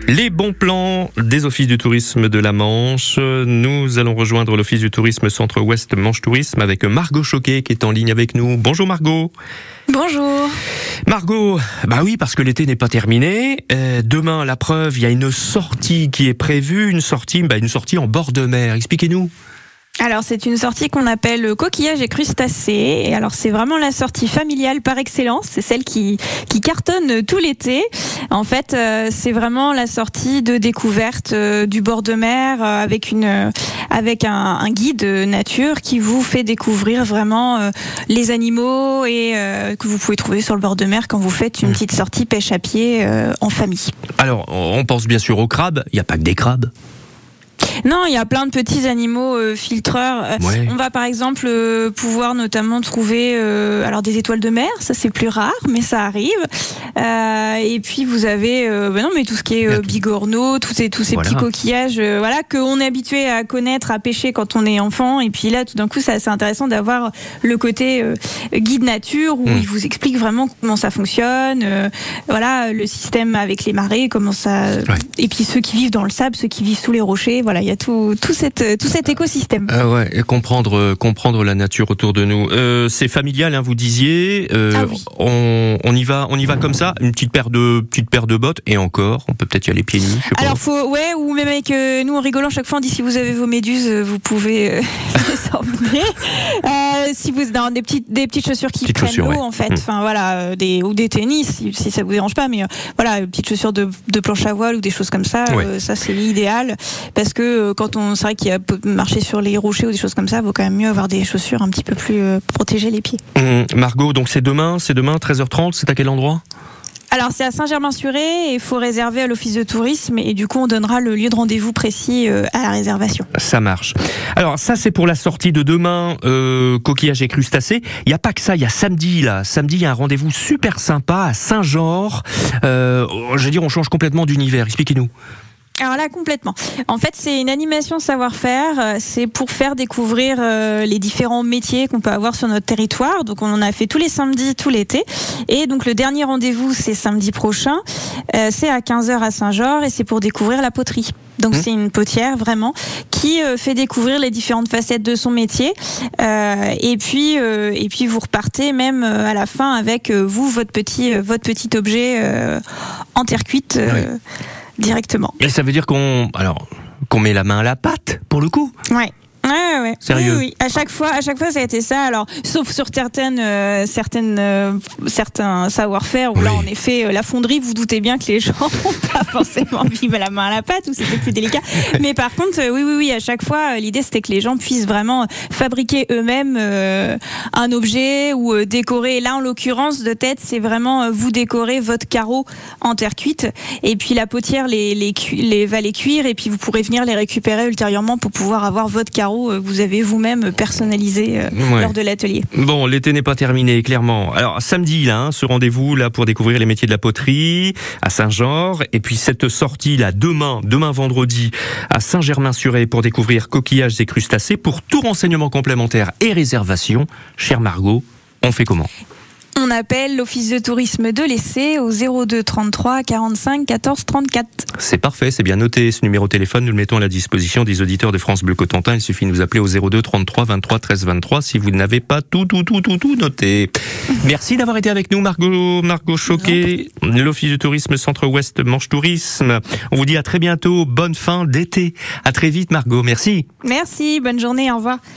Les bons plans des offices du tourisme de la Manche. Nous allons rejoindre l'office du tourisme Centre-Ouest Manche Tourisme avec Margot Choquet qui est en ligne avec nous. Bonjour Margot. Bonjour. Margot, bah oui, parce que l'été n'est pas terminé. Demain, la preuve, il y a une sortie qui est prévue, une sortie en bord de mer. Expliquez-nous. Alors c'est une sortie qu'on appelle coquillages et crustacés. Et alors c'est vraiment la sortie familiale par excellence. C'est celle qui cartonne tout l'été. En fait, c'est vraiment la sortie de découverte du bord de mer avec un guide nature qui vous fait découvrir vraiment les animaux et que vous pouvez trouver sur le bord de mer quand vous faites une petite sortie pêche à pied en famille. Alors, on pense bien sûr aux crabes. Il n'y a pas que des crabes. Non, il y a plein de petits animaux filtreurs. Ouais. On va par exemple pouvoir notamment trouver alors des étoiles de mer, ça c'est plus rare, mais ça arrive. Et puis vous avez tout ce qui est bigorneau, tous ces petits coquillages qu'on est habitué à connaître, à pêcher quand on est enfant. Et puis là, tout d'un coup, c'est assez intéressant d'avoir le côté guide nature où il vous explique vraiment comment ça fonctionne, le système avec les marées, comment ça. Ouais. Et puis ceux qui vivent dans le sable, ceux qui vivent sous les rochers, voilà. Il y a tout cet écosystème. Et comprendre la nature autour de nous. C'est familial, hein, vous disiez. Oui. On y va comme ça. Une petite paire de bottes et encore. On peut peut-être y aller pieds nus. Alors ou même avec nous en rigolant chaque fois on dit si vous avez vos méduses, vous pouvez les emmener. Si vous dans des petites chaussures qui prennent l'eau en fait. Enfin voilà, ou des tennis si ça vous dérange pas, mais petites chaussures de planche à voile ou des choses comme ça. Ça c'est idéal parce que c'est vrai qu'il y a marcher sur les rochers ou des choses comme ça, il vaut quand même mieux avoir des chaussures un petit peu plus protéger les pieds. Margot, donc c'est demain 13h30, c'est à quel endroit ? Alors c'est à Saint-Germain-sur-Aie et il faut réserver à l'office de tourisme et du coup on donnera le lieu de rendez-vous précis à la réservation. Ça marche. Alors ça c'est pour la sortie de demain, coquillages et crustacés. Il n'y a pas que ça, il y a samedi là. Samedi il y a un rendez-vous super sympa à Saint-Jean. On change complètement d'univers. Expliquez-nous. Alors là, complètement. En fait, c'est une animation savoir-faire. C'est pour faire découvrir les différents métiers qu'on peut avoir sur notre territoire. Donc, on en a fait tous les samedis, tout l'été. Et donc, le dernier rendez-vous, c'est samedi prochain. C'est à 15h à Saint-Jean et c'est pour découvrir la poterie. Donc, c'est une potière, vraiment, qui fait découvrir les différentes facettes de son métier. Et puis, vous repartez même à la fin avec votre petit objet en terre cuite. Directement. Et ça veut dire qu'on met la main à la pâte, pour le coup. Ouais. Sérieux. Oui. À chaque fois, ça a été ça. Alors, sauf sur certains savoir-faire où là, en effet, la fonderie, vous doutez bien que les gens n'ont pas forcément mis la main à la pâte, où c'était plus délicat. Mais par contre, oui, à chaque fois, l'idée c'était que les gens puissent vraiment fabriquer eux-mêmes un objet ou décorer. Là, en l'occurrence, de tête, c'est vraiment vous décorer votre carreau en terre cuite, et puis la potière va les cuire, et puis vous pourrez venir les récupérer ultérieurement pour pouvoir avoir votre carreau. Vous avez vous-même personnalisé lors de l'atelier. Bon, l'été n'est pas terminé, clairement. Alors, samedi, là, ce rendez-vous là pour découvrir les métiers de la poterie à Saint-Jean, et puis cette sortie là demain vendredi à Saint-Germain-sur-Aie pour découvrir coquillages et crustacés. Pour tout renseignement complémentaire et réservation, chère Margot, on fait comment ? On appelle l'office de tourisme de l'Essai au 02 33 45 14 34. C'est parfait, c'est bien noté. Ce numéro de téléphone, nous le mettons à la disposition des auditeurs de France Bleu Cotentin. Il suffit de nous appeler au 02 33 23 13 23 si vous n'avez pas tout noté. Merci d'avoir été avec nous, Margot Choquet, l'office du tourisme Centre-Ouest Manche Tourisme. On vous dit à très bientôt. Bonne fin d'été. À très vite, Margot. Merci. Merci, bonne journée, au revoir.